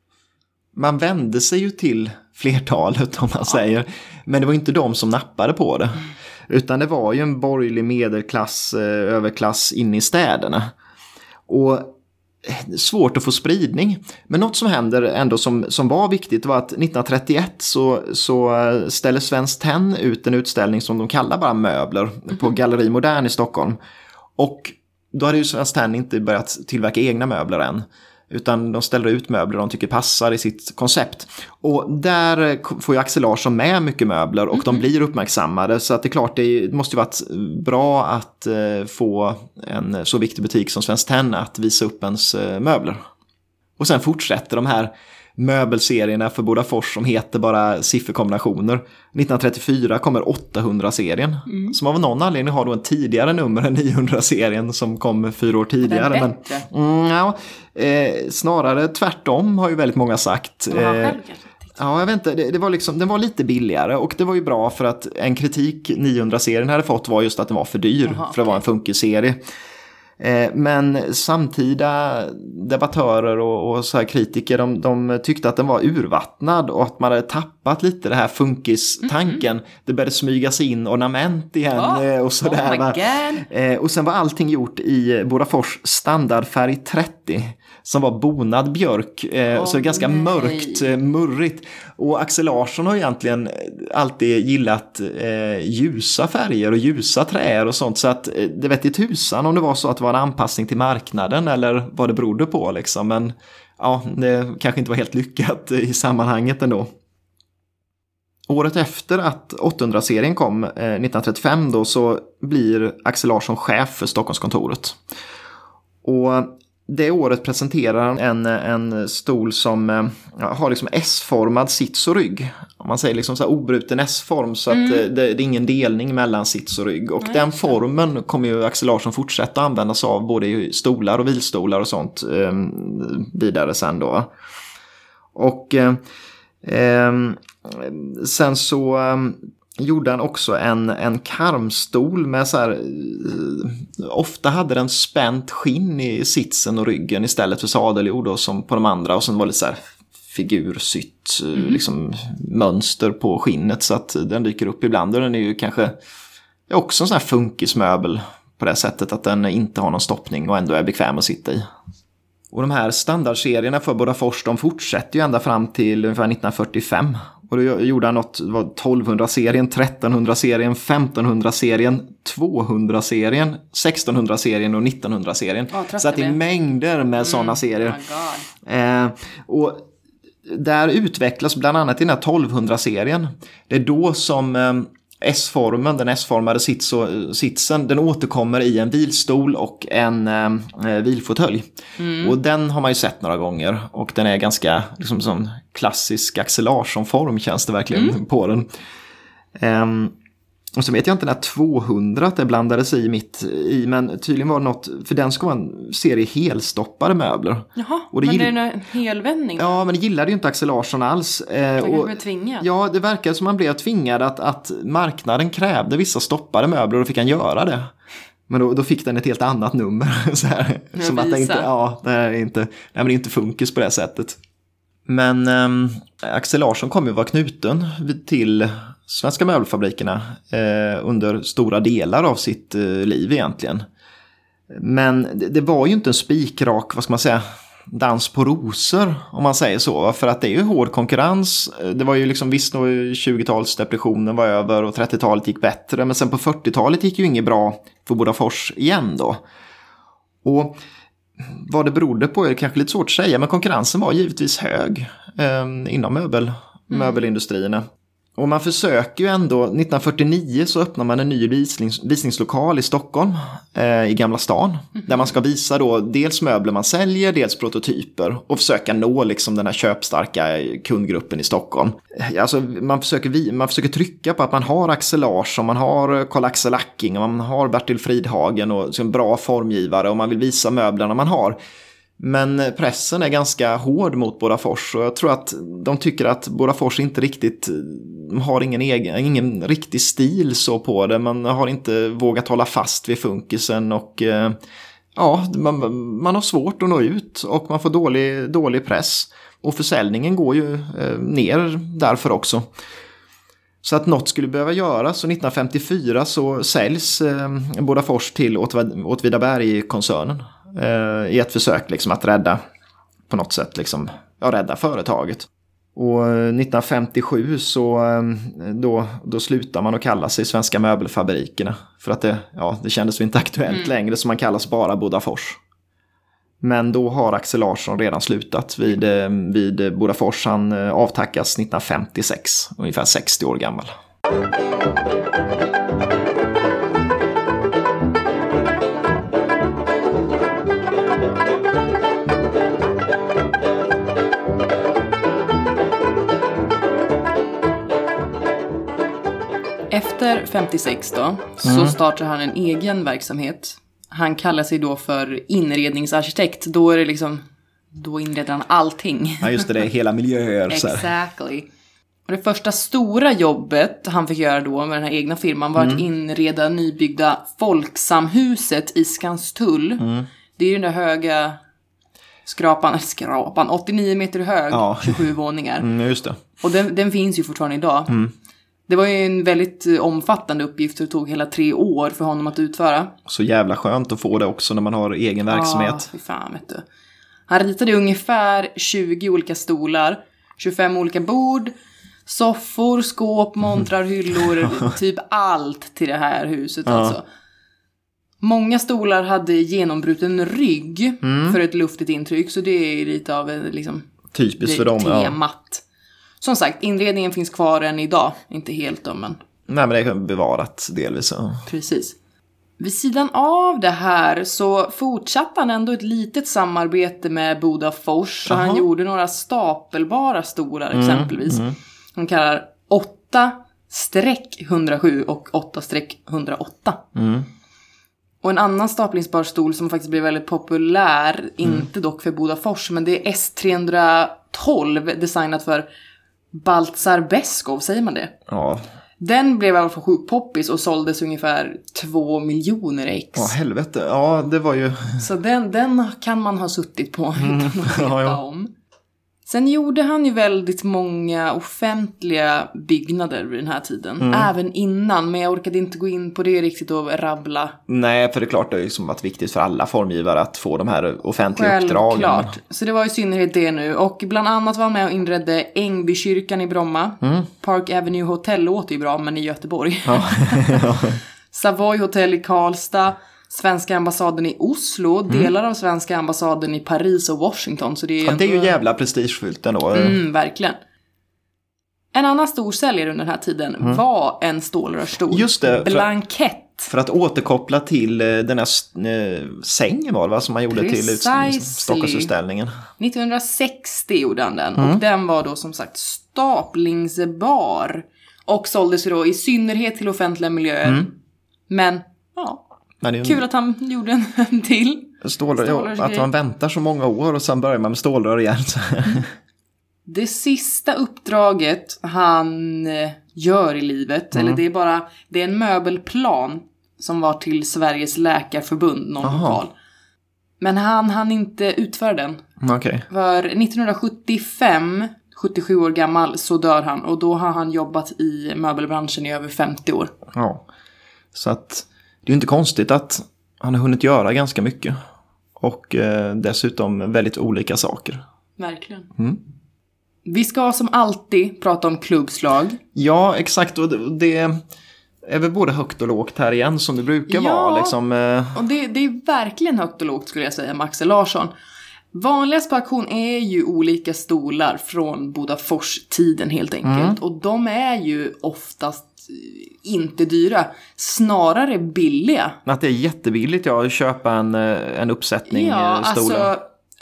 man vände sig ju till flertalet om man ja. säger, men det var inte de som nappade på det. Mm. Utan det var ju en borgerlig medelklass, överklass in i städerna. Och svårt att få spridning. Men något som händer ändå som, som var viktigt var att nittonhundratrettioett så, så ställer Svenskt Tenn ut en utställning som de kallar bara möbler mm. på Galleri Modern i Stockholm. Och då hade ju Svenskt Tenn inte börjat tillverka egna möbler än. Utan de ställer ut möbler de tycker passar i sitt koncept. Och där får ju Axel Larsson med mycket möbler och mm-hmm. de blir uppmärksammade. Så att det är klart, det måste ju varit bra att eh, få en så viktig butik som Svenskt Tenn att visa upp ens eh, möbler. Och sen fortsätter de här möbelserierna för Bodafors som heter bara sifferkombinationer. nittonhundratrettiofyra kommer åttahundra-serien. Mm. Som av någon anledning har då en tidigare nummer än niohundra-serien som kom fyra år tidigare. Men, mm, ja, eh, snarare tvärtom har ju väldigt många sagt. Eh, ja, jag vet inte, det, det var liksom, den var lite billigare och det var ju bra för att en kritik niohundra-serien hade fått var just att den var för dyr. Aha, för att okay. vara en funkisserie. Men samtida debattörer och, och så här kritiker de, de tyckte att den var urvattnad och att man hade tappat lite det här funkis-tanken. Mm-hmm. Det började smygas in ornament igen oh, och sådär. Oh och sen var allting gjort i Bodafors standardfärg trettio som var bonad björk. Oh, så ganska nej. mörkt, murrigt. Och Axel Larsson har egentligen alltid gillat eh, ljusa färger och ljusa träer och sånt. Så att eh, det vet i tusan om det var så att det var en anpassning till marknaden eller vad det berodde på liksom. Men ja, det kanske inte var helt lyckat i sammanhanget ändå. Året efter att åttahundra-serien kom, eh, nittonhundratrettiofem då, så blir Axel Larsson chef för Stockholmskontoret. Och det året presenterar han en, en stol som ja, har liksom S-formad sits och rygg. Om man säger liksom så här obruten S-form så mm. att det, det är ingen delning mellan sits och rygg. Och Nej, den formen kommer ju Axel Larsson fortsätta använda sig av både i stolar och vilstolar och sånt eh, vidare sen då. Och eh, eh, sen så eh, gjorde han också en, en karmstol med så här, eh, ofta hade den spänt skinn i sitsen och ryggen istället för sadeljord då, som på de andra, och sen var det så här figursytt mm. liksom mönster på skinnet så att den dyker upp ibland, och den är ju kanske också en sån här funkismöbel på det sättet att den inte har någon stoppning och ändå är bekväm att sitta i. Och de här standardserierna för Bodafors, de fortsätter ju ända fram till ungefär nittonhundrafyrtiofem. Och då gjorde han något, var tolvhundra-serien, trettonhundra-serien, femtonhundra-serien, tvåhundra-serien, sextonhundra-serien och nittonhundra-serien. Oh, så att det är mängder med mm, sådana serier. Oh eh, och där utvecklas bland annat i den här tolvhundra-serien. Det är då som eh, S-formen, den S-formade sits och, sitsen, den återkommer i en vilstol och en eh, vilfåtölj. Mm. Och den har man ju sett några gånger. Och den är ganska liksom sån klassisk Axel Larsson-form känns det verkligen mm. på den. Um, och så vet jag inte när tvåhundra det blandades i mitt i, men tydligen var det något, för den ska vara en serie helstoppade möbler. Jaha, och det men gill... det är en helvändning. Ja, men det gillade ju inte Axel Larsson alls. Eh, och... blev tvingad. Ja, det verkar som man blev tvingad att, att marknaden krävde vissa stoppade möbler och fick han göra det. Men då, då fick den ett helt annat nummer. Så här, som att det inte, ja, det är inte, nej, men det är inte funkis på det sättet. Men eh, Axel Larsson kommer ju vara knuten till Svenska möbelfabrikerna eh, under stora delar av sitt eh, liv egentligen. Men det, det var ju inte en spikrak, vad ska man säga, dans på rosor om man säger så. För att det är ju hård konkurrens. Det var ju liksom visst nog tjugotalsdepressionen var över och trettiotalet gick bättre. Men sen på fyrtiotalet gick ju inget bra för Bodafors igen då. Och vad det berodde på är det kanske lite svårt att säga. Men konkurrensen var givetvis hög eh, inom möbel, mm. möbelindustrierna. Och man försöker ju ändå, nittonhundrafyrtionio så öppnar man en ny visnings, visningslokal i Stockholm, eh, i Gamla stan. Mm. Där man ska visa då dels möbler man säljer, dels prototyper. Och försöka nå liksom den här köpstarka kundgruppen i Stockholm. Alltså man försöker, man försöker trycka på att man har Axel Larsson, man har Karl-Axel Acking, och man har Bertil Fridhagen och liksom bra formgivare. Och man vill visa möblerna man har. Men pressen är ganska hård mot Bodafors och jag tror att de tycker att Bodafors inte riktigt har ingen egen, ingen riktig stil så på det. Man har inte vågat hålla fast vid funkisen och ja, man, man har svårt att nå ut och man får dålig, dålig press. Och försäljningen går ju ner därför också. Så att något skulle behöva göras. Och nittonhundrafemtiofyra så säljs Bodafors till Åtvidaberg-koncernen. I ett försök liksom att rädda på något sätt liksom, ja, rädda företaget. Och nittonhundrafemtiosju så då, då slutar man att kalla sig Svenska möbelfabrikerna. För att det, ja, det kändes inte aktuellt mm. längre, så man kallas bara Bodafors. Men då har Axel Larsson redan slutat vid, vid Bodafors. Han avtackas nittonhundrafemtiosex, ungefär sextio år gammal. Efter femtiosex då, mm. så startar han en egen verksamhet. Han kallar sig då för inredningsarkitekt. Då är det liksom, då inreder han allting. Ja, just det, det är hela miljöer. Exactly. Och det första stora jobbet han fick göra då med den här egna firman var mm. att inreda nybyggda Folksamhuset i Skanstull. Mm. Det är ju den där höga skrapan, skrapan, åttionio meter hög, ja. tjugosju våningar. Mm, just det. Och den, den finns ju fortfarande idag. Mm. Det var ju en väldigt omfattande uppgift och det tog hela tre år för honom att utföra. Så jävla skönt att få det också när man har egen verksamhet. Ja, fy fan vet du. Han ritade ungefär tjugo olika stolar, tjugofem olika bord, soffor, skåp, montrar, hyllor, typ allt till det här huset ja. Alltså. Många stolar hade genombruten rygg mm. för ett luftigt intryck, så det är lite av liksom, typiskt för dem. Temat. Ja. Som sagt, inredningen finns kvar än idag. Inte helt då, men... Nej, men det är bevarat delvis. Ja. Precis. Vid sidan av det här så fortsatte han ändå ett litet samarbete med Bodafors. Så han gjorde några stapelbara stolar mm, exempelvis. Mm. Han kallar åtta hundrasju och åtta hundraåtta. Mm. Och en annan staplingsbar stol som faktiskt blev väldigt populär, mm. inte dock för Bodafors, men det är S trehundratolv designat för Baltzar Beskow, säger man det? Ja. Den blev i alla fall sjukt poppis och såldes ungefär två miljoner ex. Ja, helvete. Ja, det var ju... Så den, den kan man ha suttit på utan att veta ja, ja. om. Sen gjorde han ju väldigt många offentliga byggnader vid den här tiden. Mm. Även innan, men jag orkade inte gå in på det riktigt och rabbla. Nej, för det är klart det har liksom varit viktigt för alla formgivare att få de här offentliga Självklart. uppdragen. Så det var i synnerhet det nu. Och bland annat var han med och inredde Ängby-kyrkan i Bromma. Mm. Park Avenue Hotel låter ju bra, men i Göteborg. Ja. Savoy Hotel i Karlstad. Svenska ambassaden i Oslo, mm. delar av svenska ambassaden i Paris och Washington. Så det är, ja, det är ju jävla prestigefyllt ändå. Mm, verkligen. En annan stor säljare under den här tiden mm. var en stålrörsstol. Just det. Blankett. För, för att återkoppla till den här äh, sängen var det va, som man gjorde Precisely. Till Stockholmsutställningen. nittonhundrasextio gjorde han den. Mm. Och den var då som sagt staplingsbar. Och såldes då i synnerhet till offentliga miljöer. Mm. Men, ja... En... Kul att han gjorde en, en till. Stålrör, ja, att man väntar så många år och sen börjar man med stålrör igen. Det sista uppdraget han gör i livet, mm. eller det är bara, det är en möbelplan som var till Sveriges läkarförbund, någon Aha. lokal. Men han hann inte utföra den. Okay. För nittonhundrasjuttiofem, sjuttiosju år gammal, så dör han. Och då har han jobbat i möbelbranschen i över femtio år. Ja, så att... Det är ju inte konstigt att han har hunnit göra ganska mycket. Och eh, dessutom väldigt olika saker. Verkligen. Mm. Vi ska som alltid prata om klubbslag. Ja, exakt. Och det, det är väl både högt och lågt här igen som det brukar ja, vara. Liksom, eh... och det, det är verkligen högt och lågt skulle jag säga med Axel Larsson. Vanligast på auktion är ju olika stolar från Bodafors-tiden helt enkelt. Mm. Och de är ju oftast inte dyra, snarare billiga. Att det är jättebilligt ja, att köpa en, en uppsättning ja, stolar. Alltså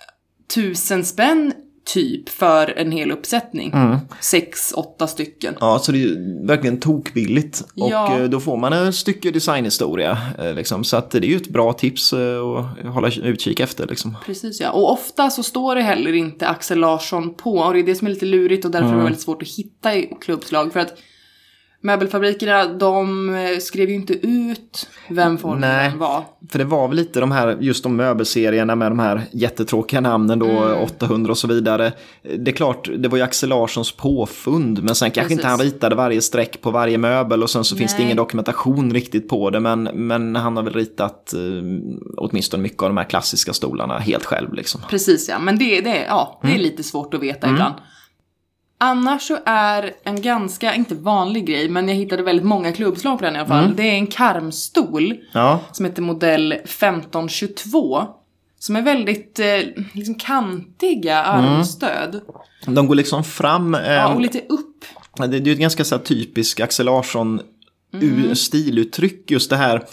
tusen spänn typ för en hel uppsättning. Mm. Sex, åtta stycken. Ja, så det är verkligen tokbilligt. Ja. Och då får man en stycke designhistoria. Liksom. Så att det är ju ett bra tips att hålla utkik efter. Liksom. Precis, ja. Och ofta så står det heller inte Axel Larsson på. Och det är det som är lite lurigt och därför mm. är det väldigt svårt att hitta i klubbslag. För att möbelfabrikerna, de skrev ju inte ut vem formgivaren var. För det var väl lite de här, just de möbelserierna med de här jättetråkiga namnen då, mm. åttahundra och så vidare. Det är klart, det var ju Axel Larssons påfund, men sen kanske Precis. Inte han ritade varje streck på varje möbel och sen så Nej. Finns det ingen dokumentation riktigt på det, men, men han har väl ritat eh, åtminstone mycket av de här klassiska stolarna helt själv liksom. Precis ja, men det, det, ja, det är mm. lite svårt att veta mm. ibland. Annars så är en ganska, inte vanlig grej, men jag hittade väldigt många klubbslag på den i alla fall. Mm. Det är en karmstol ja. Som heter modell femton tjugotvå. Som är väldigt eh, liksom kantiga armstöd. Mm. De går liksom fram. Eh, ja, och lite upp. Det, det är ju ett ganska så här, typisk Axel Larsson mm. stiluttryck, just det här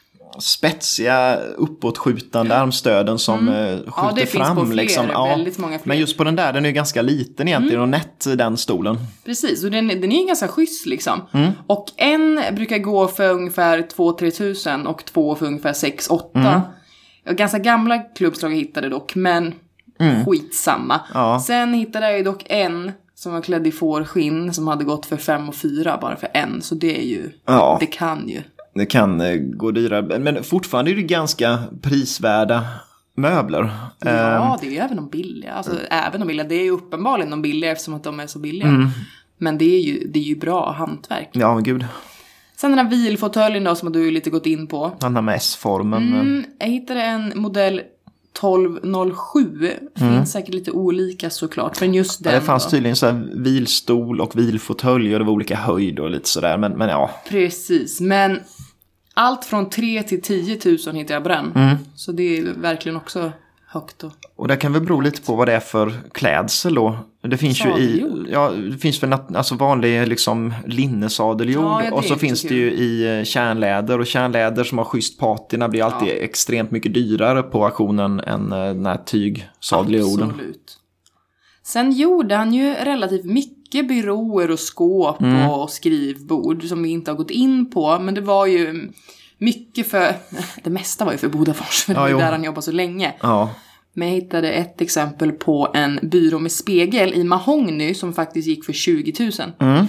spetsiga uppåtskjutande armstöden som mm. skjuter ja, det fram. Finns på fler, liksom. Ja, väldigt många fler. Men just på den där, den är ju ganska liten egentligen mm. och nätt den stolen. Precis, och den, den är ju ganska schysst liksom. Mm. Och en brukar gå för ungefär två till tre tusen och två för ungefär sex till åtta. Mm. Ganska gamla klubbslag jag hittade dock, men mm. skitsamma. Ja. Sen hittade jag ju dock en som var klädd i fårskinn som hade gått för fem och fyra bara för en. Så det är ju, ja. det kan ju. Det kan eh, gå dyrare. Men fortfarande är det ganska prisvärda möbler. Ja, det är ju även de billiga. Alltså, mm. även de billiga. Det är ju uppenbarligen de billiga eftersom att de är så billiga. Mm. Men det är ju, det är ju bra hantverk. Ja, men gud. Sen den här vilfåtöljen då som du lite gått in på. Den här med S-formen. Mm, jag hittade en modell tolv noll sju. Finns mm. säkert lite olika såklart. Men just den ja, det fanns då. Tydligen så här vilstol och vilfåtölj och det var olika höjd och lite sådär. Men, men ja. Precis, men allt från tre till tio tusen hittade jag på den. Mm. Så det är verkligen också högt då. Och det kan väl bero lite på vad det är för klädsel då. Det finns Sadeljord. ju i, ja, det finns väl alltså vanlig liksom linnesadeljord. Ja, och så finns så det ju i kärnläder. Och kärnläder som har schysst patina blir alltid ja. extremt mycket dyrare på auktionen än den här tygsadeljorden. Absolut. Sen gjorde han ju relativt mycket byråer och skåp mm. och skrivbord som vi inte har gått in på. Men det var ju mycket för, det mesta var ju för Bodafors för ja, det var där han jobbade så länge. Ja. Men jag hittade ett exempel på en byrå med spegel i mahogny som faktiskt gick för tjugo tusen. Mm.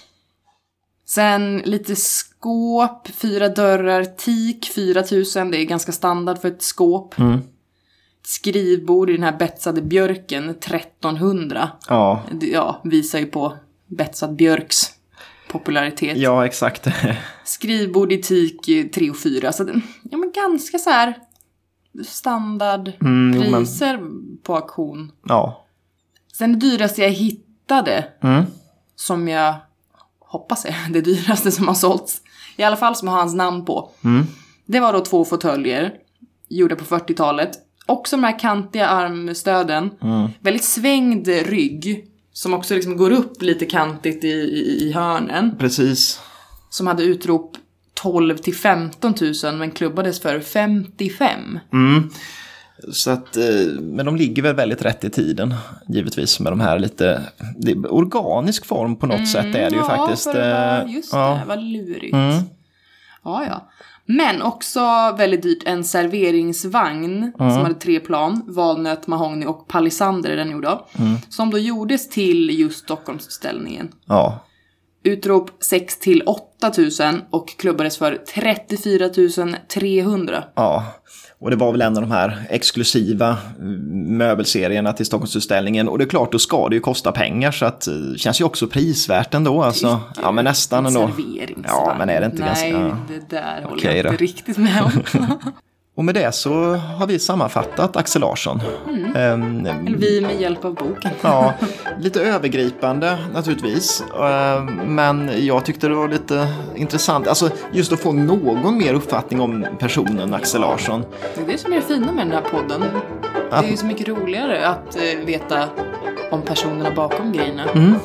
Sen lite skåp, fyra dörrar, teak, fyra tusen. Det är ganska standard för ett skåp. Mm. skrivbord i den här betsade björken trettonhundra. Ja. Ja, visar ju på betsad björks popularitet. Ja, exakt. Skrivbord i teak tre och fyra. Så ja, men ganska så här standard Mm, jo, priser på auktion. Ja. Sen det dyraste jag hittade, Mm. som jag hoppas är det dyraste som har sålts, i alla fall som har hans namn på. Mm. Det var då två fåtöljer gjorda på fyrtiotalet. Också de här kantiga armstöden. Mm. Väldigt svängd rygg. Som också liksom går upp lite kantigt i, i, i hörnen. Precis. Som hade utrop tolv till femton tusen men klubbades för femtiofem. Mm. Så att, men de ligger väl väldigt rätt i tiden, givetvis, med de här lite det är organisk form på något mm, sätt är det ju ja, faktiskt. För det var, just ja. det, vad lurigt. Mm. Ja, ja. Men också väldigt dyrt en serveringsvagn mm. som hade tre plan, valnöt, mahogny och palisander är den gjord av. Mm. Som då gjordes till just Stockholmsutställningen. Ja. Utrop sex till åtta tusen och klubbades för trettiofyra tusen trehundra. Ja, och det var väl en av de här exklusiva möbelserierna till Stockholmsutställningen. Och det är klart, då ska det ju kosta pengar, så att det känns ju också prisvärt ändå. Alltså. Ja, men nästan ändå. Ja, men är det inte Nej, ganska... Nej, det där håller Okej, jag inte då. riktigt med om. Och med det så har vi sammanfattat Axel Larsson. Mm. Um, Eller vi med hjälp av boken. Ja, lite övergripande naturligtvis. Uh, men jag tyckte det var lite intressant. Alltså just att få någon mer uppfattning om personen Axel Larsson. Det är det som är det fina med den här podden. Det är ju så mycket roligare att uh, veta om personerna bakom grejerna. Mm.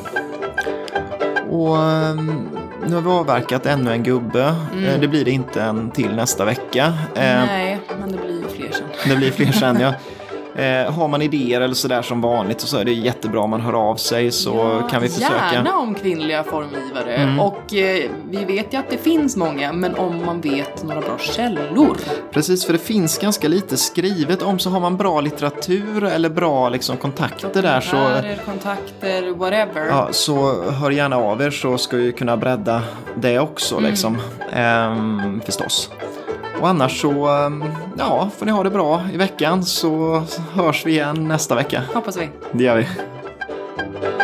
Och um, nu har vi avverkat ännu en gubbe. Mm. Uh, det blir det inte en till nästa vecka. Nej, uh, men det blir fler sen. Det blir fler sen, ja. Eh, har man idéer eller sådär som vanligt, så är det jättebra om man hör av sig, så ja, kan vi försöka. Gärna om kvinnliga formgivare. Mm. Och eh, vi vet ju att det finns många, men om man vet några bra källor. Precis, för det finns ganska lite skrivet om, så har man bra litteratur eller bra liksom, kontakter där. Så, kontakter, whatever. Ja, så hör gärna av er, så ska vi kunna bredda det också mm. liksom, ehm, förstås. Och annars så, ja, får ni ha det bra i veckan, så hörs vi igen nästa vecka. Hoppas vi. Det gör vi.